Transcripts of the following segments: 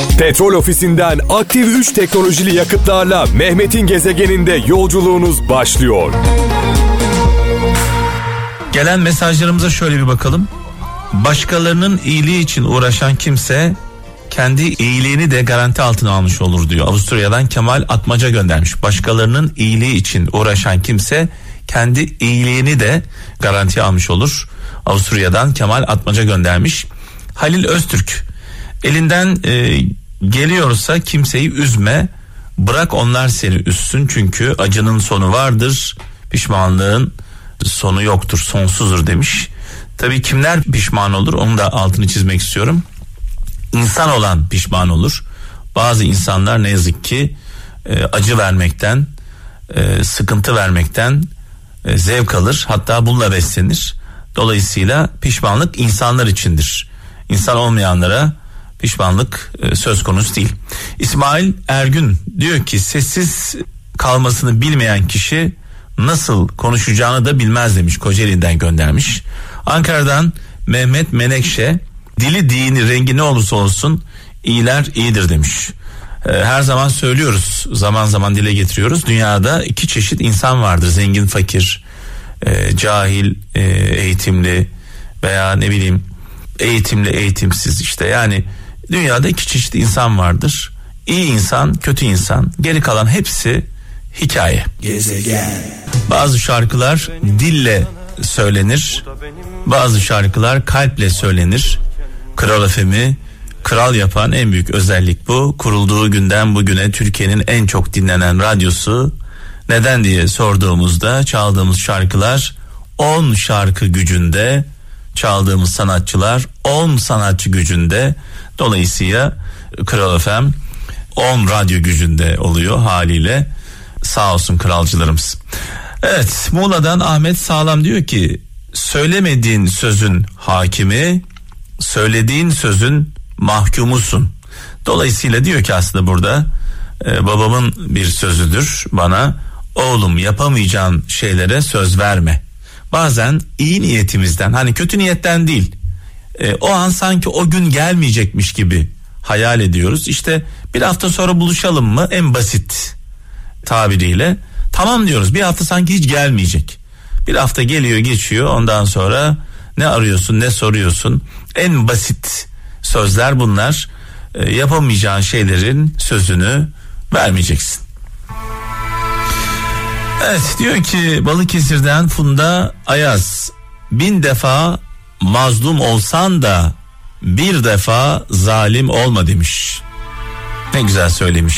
Petrol Ofisi'nden aktif 3 teknolojili yakıtlarla Mehmet'in gezegeninde yolculuğunuz başlıyor. Gelen mesajlarımıza şöyle bir bakalım. Başkalarının iyiliği için uğraşan kimse kendi iyiliğini de garanti altına almış olur diyor. Avusturya'dan Kemal Atmaca göndermiş. Başkalarının iyiliği için uğraşan kimse kendi iyiliğini de garantiye almış olur. Avusturya'dan Kemal Atmaca göndermiş. Halil Öztürk, elinden geliyorsa kimseyi üzme, bırak onlar seni üzsün, çünkü acının sonu vardır, pişmanlığın sonu yoktur, sonsuzdur demiş. Tabii kimler pişman olur, onu da altını çizmek istiyorum. İnsan olan pişman olur. Bazı insanlar ne yazık ki acı vermekten, sıkıntı vermekten zevk alır, hatta bununla beslenir. Dolayısıyla pişmanlık insanlar içindir. İnsan olmayanlara pişmanlık söz konusu değil. İsmail Ergün diyor ki sessiz kalmasını bilmeyen kişi nasıl konuşacağını da bilmez demiş. Kocaeli'den göndermiş. Ankara'dan Mehmet Menekşe, dili dini rengi ne olursa olsun iyiler iyidir demiş. Her zaman söylüyoruz, zaman zaman dile getiriyoruz. Dünyada iki çeşit insan vardır: zengin fakir, cahil eğitimli veya ne bileyim eğitimli eğitimsiz, işte yani dünyada iki çeşit insan vardır. İyi insan, kötü insan, geri kalan hepsi hikaye. Gezegen. Bazı şarkılar dille söylenir, bazı şarkılar kalple söylenir. Kral FM'i kral yapan en büyük özellik bu. Kurulduğu günden bugüne Türkiye'nin en çok dinlenen radyosu. Neden diye sorduğumuzda çaldığımız şarkılar 10 şarkı gücünde, çaldığımız sanatçılar 10 sanatçı gücünde. Dolayısıyla Kral FM 10 radyo gücünde oluyor haliyle. Sağ olsun kralcılarımız. Evet, Muğla'dan Ahmet Sağlam diyor ki söylemediğin sözün hakimi, söylediğin sözün mahkumusun. Dolayısıyla diyor ki aslında burada babamın bir sözüdür bana: oğlum, yapamayacağın şeylere söz verme. Bazen iyi niyetimizden, hani kötü niyetten değil, o an sanki o gün gelmeyecekmiş gibi hayal ediyoruz. İşte bir hafta sonra buluşalım mı, en basit tabiriyle tamam diyoruz. Bir hafta sanki hiç gelmeyecek. Bir hafta geliyor geçiyor, ondan sonra ne arıyorsun ne soruyorsun. En basit sözler bunlar. Yapamayacağın şeylerin sözünü vermeyeceksin. Evet, diyor ki Balıkesir'den Funda Ayaz, 1000 defa mazlum olsan da bir defa zalim olma demiş. Ne güzel söylemiş.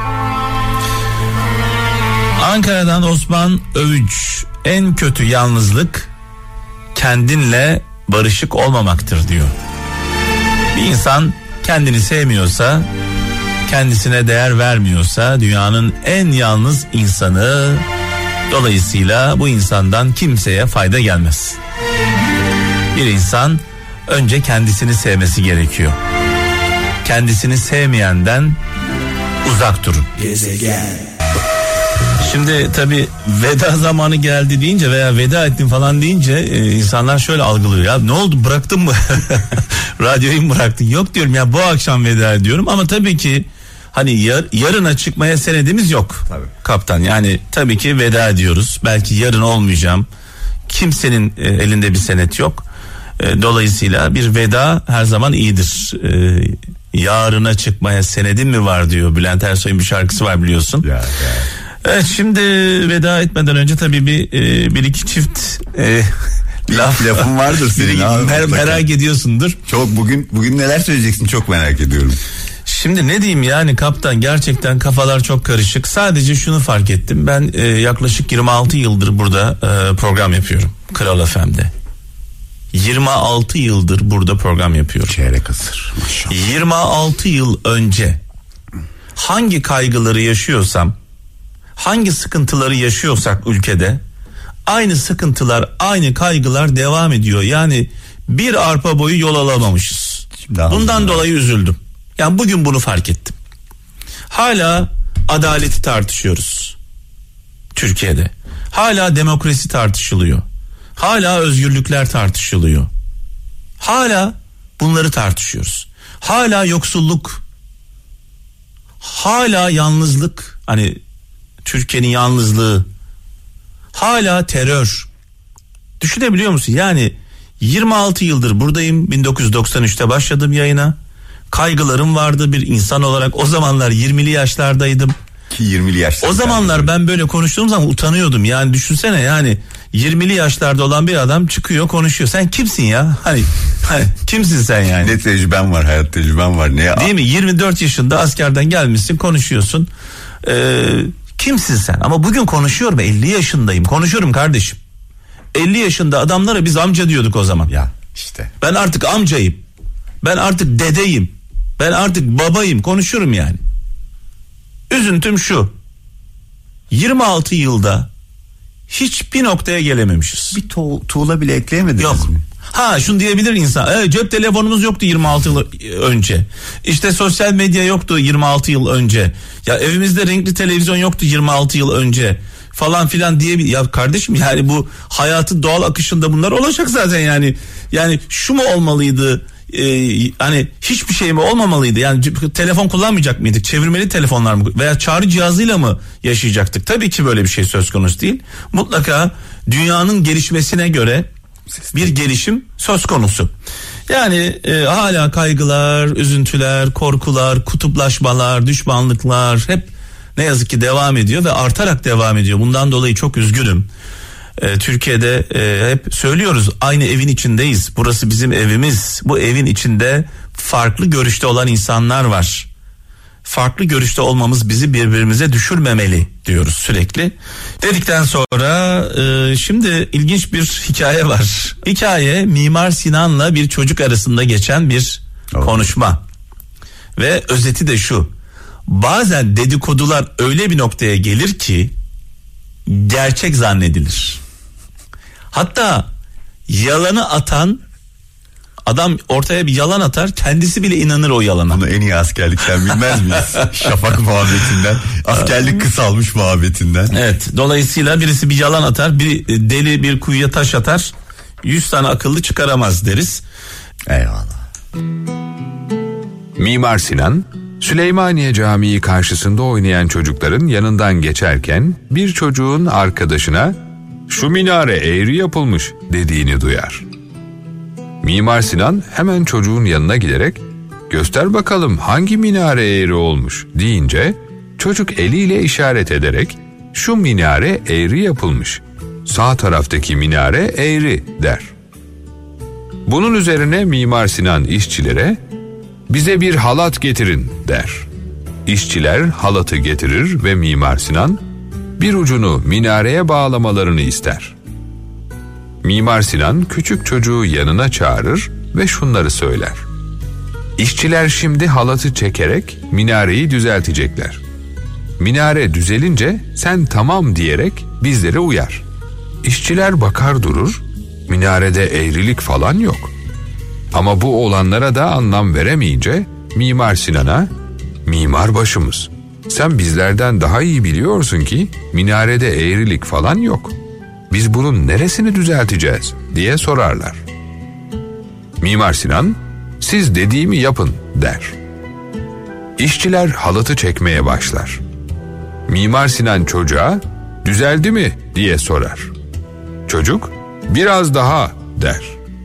Ankara'dan Osman Övünç, en kötü yalnızlık kendinle barışık olmamaktır diyor. Bir insan kendini sevmiyorsa, kendisine değer vermiyorsa dünyanın en yalnız insanı. Dolayısıyla bu insandan kimseye fayda gelmez. Bir insan önce kendisini sevmesi gerekiyor. Kendisini sevmeyenden uzak durun. Gezegen. Şimdi tabii veda zamanı geldi deyince veya veda ettim falan deyince insanlar şöyle algılıyor: ya ne oldu, bıraktın mı? Radyoyu mu bıraktın? Yok diyorum ya, bu akşam veda ediyorum ama tabii ki hani yarına çıkmaya senedimiz yok. Tabii. Kaptan, yani tabii ki veda ediyoruz. Belki yarın olmayacağım. Kimsenin elinde bir senet yok. Dolayısıyla bir veda her zaman iyidir. Yarına çıkmaya senedim mi var diyor. Bülent Ersoy'un bir şarkısı var, biliyorsun. Ya. Evet, şimdi veda etmeden önce tabii bir iki çift lafım vardır senin. Merak ediyorsundur. Çok bugün neler söyleyeceksin, çok merak ediyorum. Şimdi ne diyeyim yani kaptan, gerçekten kafalar çok karışık. Sadece şunu fark ettim, ben yaklaşık 26 yıldır burada program yapıyorum Kral FM'de. 26 yıldır burada program yapıyorum. Çeyrek asır maşallah. 26 yıl önce hangi kaygıları yaşıyorsam, hangi sıkıntıları yaşıyorsak ülkede, aynı sıkıntılar, aynı kaygılar devam ediyor. Yani bir arpa boyu yol alamamışız. Bundan dolayı üzüldüm. Yani bugün bunu fark ettim. Hala adaleti tartışıyoruz Türkiye'de. Hala demokrasi tartışılıyor. Hala özgürlükler tartışılıyor. Hala bunları tartışıyoruz. Hala yoksulluk hala yalnızlık, hani Türkiye'nin yalnızlığı, hala terör. Düşünebiliyor musun? Yani 26 yıldır buradayım. 1993'te başladım yayına. Kaygılarım vardı bir insan olarak. O zamanlar 20'li yaşlardaydım. Ki 20'li yaşlarda. O zamanlar ben böyle konuştuğum zaman utanıyordum. Yani düşünsene, yani 20'li yaşlarda olan bir adam çıkıyor konuşuyor. Sen kimsin ya? Hani kimsin sen yani? Ne tecrüben var, hayat tecrüben var. Ne? Değil mi? 24 yaşında askerden gelmişsin, konuşuyorsun. Kimsin sen? Ama bugün konuşuyorum. 50 yaşındayım. Konuşuyorum kardeşim. 50 yaşında adamlara biz amca diyorduk o zaman. Ya işte. Ben artık amcayım. Ben artık dedeyim. Ben artık babayım. Konuşurum yani. Üzüntüm şu. 26 yılda hiçbir noktaya gelememişiz. Bir tuğla bile ekleyemediniz Yok. mi? Ha, şunu diyebilir insan. Cep telefonumuz yoktu 26 yıl önce. İşte sosyal medya yoktu 26 yıl önce. Ya evimizde renkli televizyon yoktu 26 yıl önce. Falan filan diyebilir. Ya kardeşim, yani bu hayatın doğal akışında bunlar olacak zaten yani. Yani şu mu olmalıydı? Hani hiçbir şey mi olmamalıydı? Yani telefon kullanmayacak mıydık? Çevirmeli telefonlar mı veya çağrı cihazıyla mı yaşayacaktık? Tabii ki böyle bir şey söz konusu değil. Mutlaka dünyanın gelişmesine göre bir gelişim söz konusu. Yani hala kaygılar, üzüntüler, korkular, kutuplaşmalar, düşmanlıklar hep ne yazık ki devam ediyor ve artarak devam ediyor. Bundan dolayı çok üzgünüm. Türkiye'de hep söylüyoruz, aynı evin içindeyiz. Burası bizim evimiz. Bu evin içinde farklı görüşte olan insanlar var. Farklı görüşte olmamız bizi birbirimize düşürmemeli diyoruz sürekli. Dedikten sonra şimdi ilginç bir hikaye var. Hikaye Mimar Sinan'la bir çocuk arasında geçen bir konuşma. Ve özeti de şu: bazen dedikodular öyle bir noktaya gelir ki gerçek zannedilir. Hatta yalanı atan adam ortaya bir yalan atar, kendisi bile inanır o yalana. Bunu en iyi askerlikten bilmez miyiz? Şafak muhabbetinden, askerlik kısalmış muhabbetinden. Evet, dolayısıyla birisi bir yalan atar, bir deli bir kuyuya taş atar, 100 tane akıllı çıkaramaz deriz. Eyvallah. Mimar Sinan, Süleymaniye Camii karşısında oynayan çocukların yanından geçerken bir çocuğun arkadaşına "Şu minare eğri yapılmış" dediğini duyar. Mimar Sinan hemen çocuğun yanına giderek "Göster bakalım hangi minare eğri olmuş" deyince çocuk eliyle işaret ederek "Şu minare eğri yapılmış, sağ taraftaki minare eğri" der. Bunun üzerine Mimar Sinan işçilere "Bize bir halat getirin" der. İşçiler halatı getirir ve Mimar Sinan bir ucunu minareye bağlamalarını ister. Mimar Sinan küçük çocuğu yanına çağırır ve şunları söyler: İşçiler şimdi halatı çekerek minareyi düzeltecekler. Minare düzelince sen tamam diyerek bizlere uyar. İşçiler bakar durur, minarede eğrilik falan yok. Ama bu olanlara da anlam veremeyince Mimar Sinan'a "Mimar başımız, sen bizlerden daha iyi biliyorsun ki minarede eğrilik falan yok. Biz bunun neresini düzelteceğiz?" diye sorarlar. Mimar Sinan "Siz dediğimi yapın" der. İşçiler halatı çekmeye başlar. Mimar Sinan çocuğa "Düzeldi mi?" diye sorar. Çocuk "Biraz daha" der.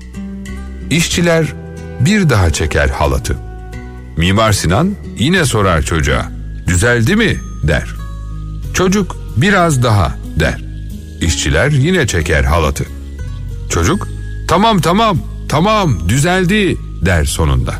İşçiler bir daha çeker halatı. Mimar Sinan yine sorar çocuğa "Düzeldi mi?" der. Çocuk "Biraz daha" der. İşçiler yine çeker halatı. Çocuk Tamam düzeldi" der sonunda.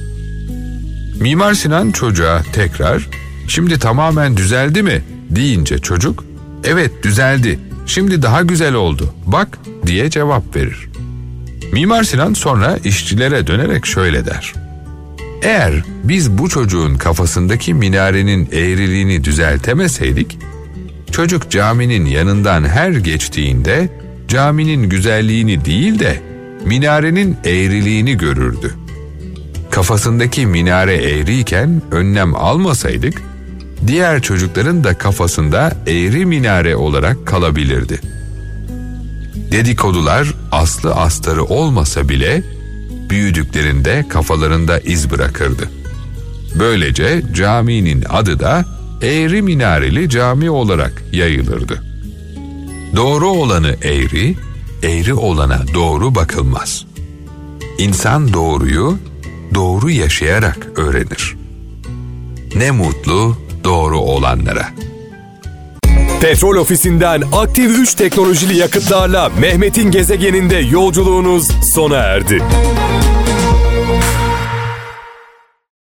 Mimar Sinan çocuğa tekrar "Şimdi tamamen düzeldi mi?" deyince çocuk "Evet düzeldi, şimdi daha güzel oldu, bak" diye cevap verir. Mimar Sinan sonra işçilere dönerek şöyle der: "Eğer biz bu çocuğun kafasındaki minarenin eğriliğini düzeltemeseydik, çocuk caminin yanından her geçtiğinde caminin güzelliğini değil de minarenin eğriliğini görürdü. Kafasındaki minare eğriyken önlem almasaydık, diğer çocukların da kafasında eğri minare olarak kalabilirdi." Dedikodular aslı astarı olmasa bile büyüdüklerinde kafalarında iz bırakırdı. Böylece caminin adı da Eğri Minareli Cami olarak yayılırdı. Doğru olanı eğri, eğri olana doğru bakılmaz. İnsan doğruyu doğru yaşayarak öğrenir. Ne mutlu doğru olanlara. Petrol Ofisi'nden aktif 3 teknolojili yakıtlarla Mehmet'in gezegeninde yolculuğunuz sona erdi.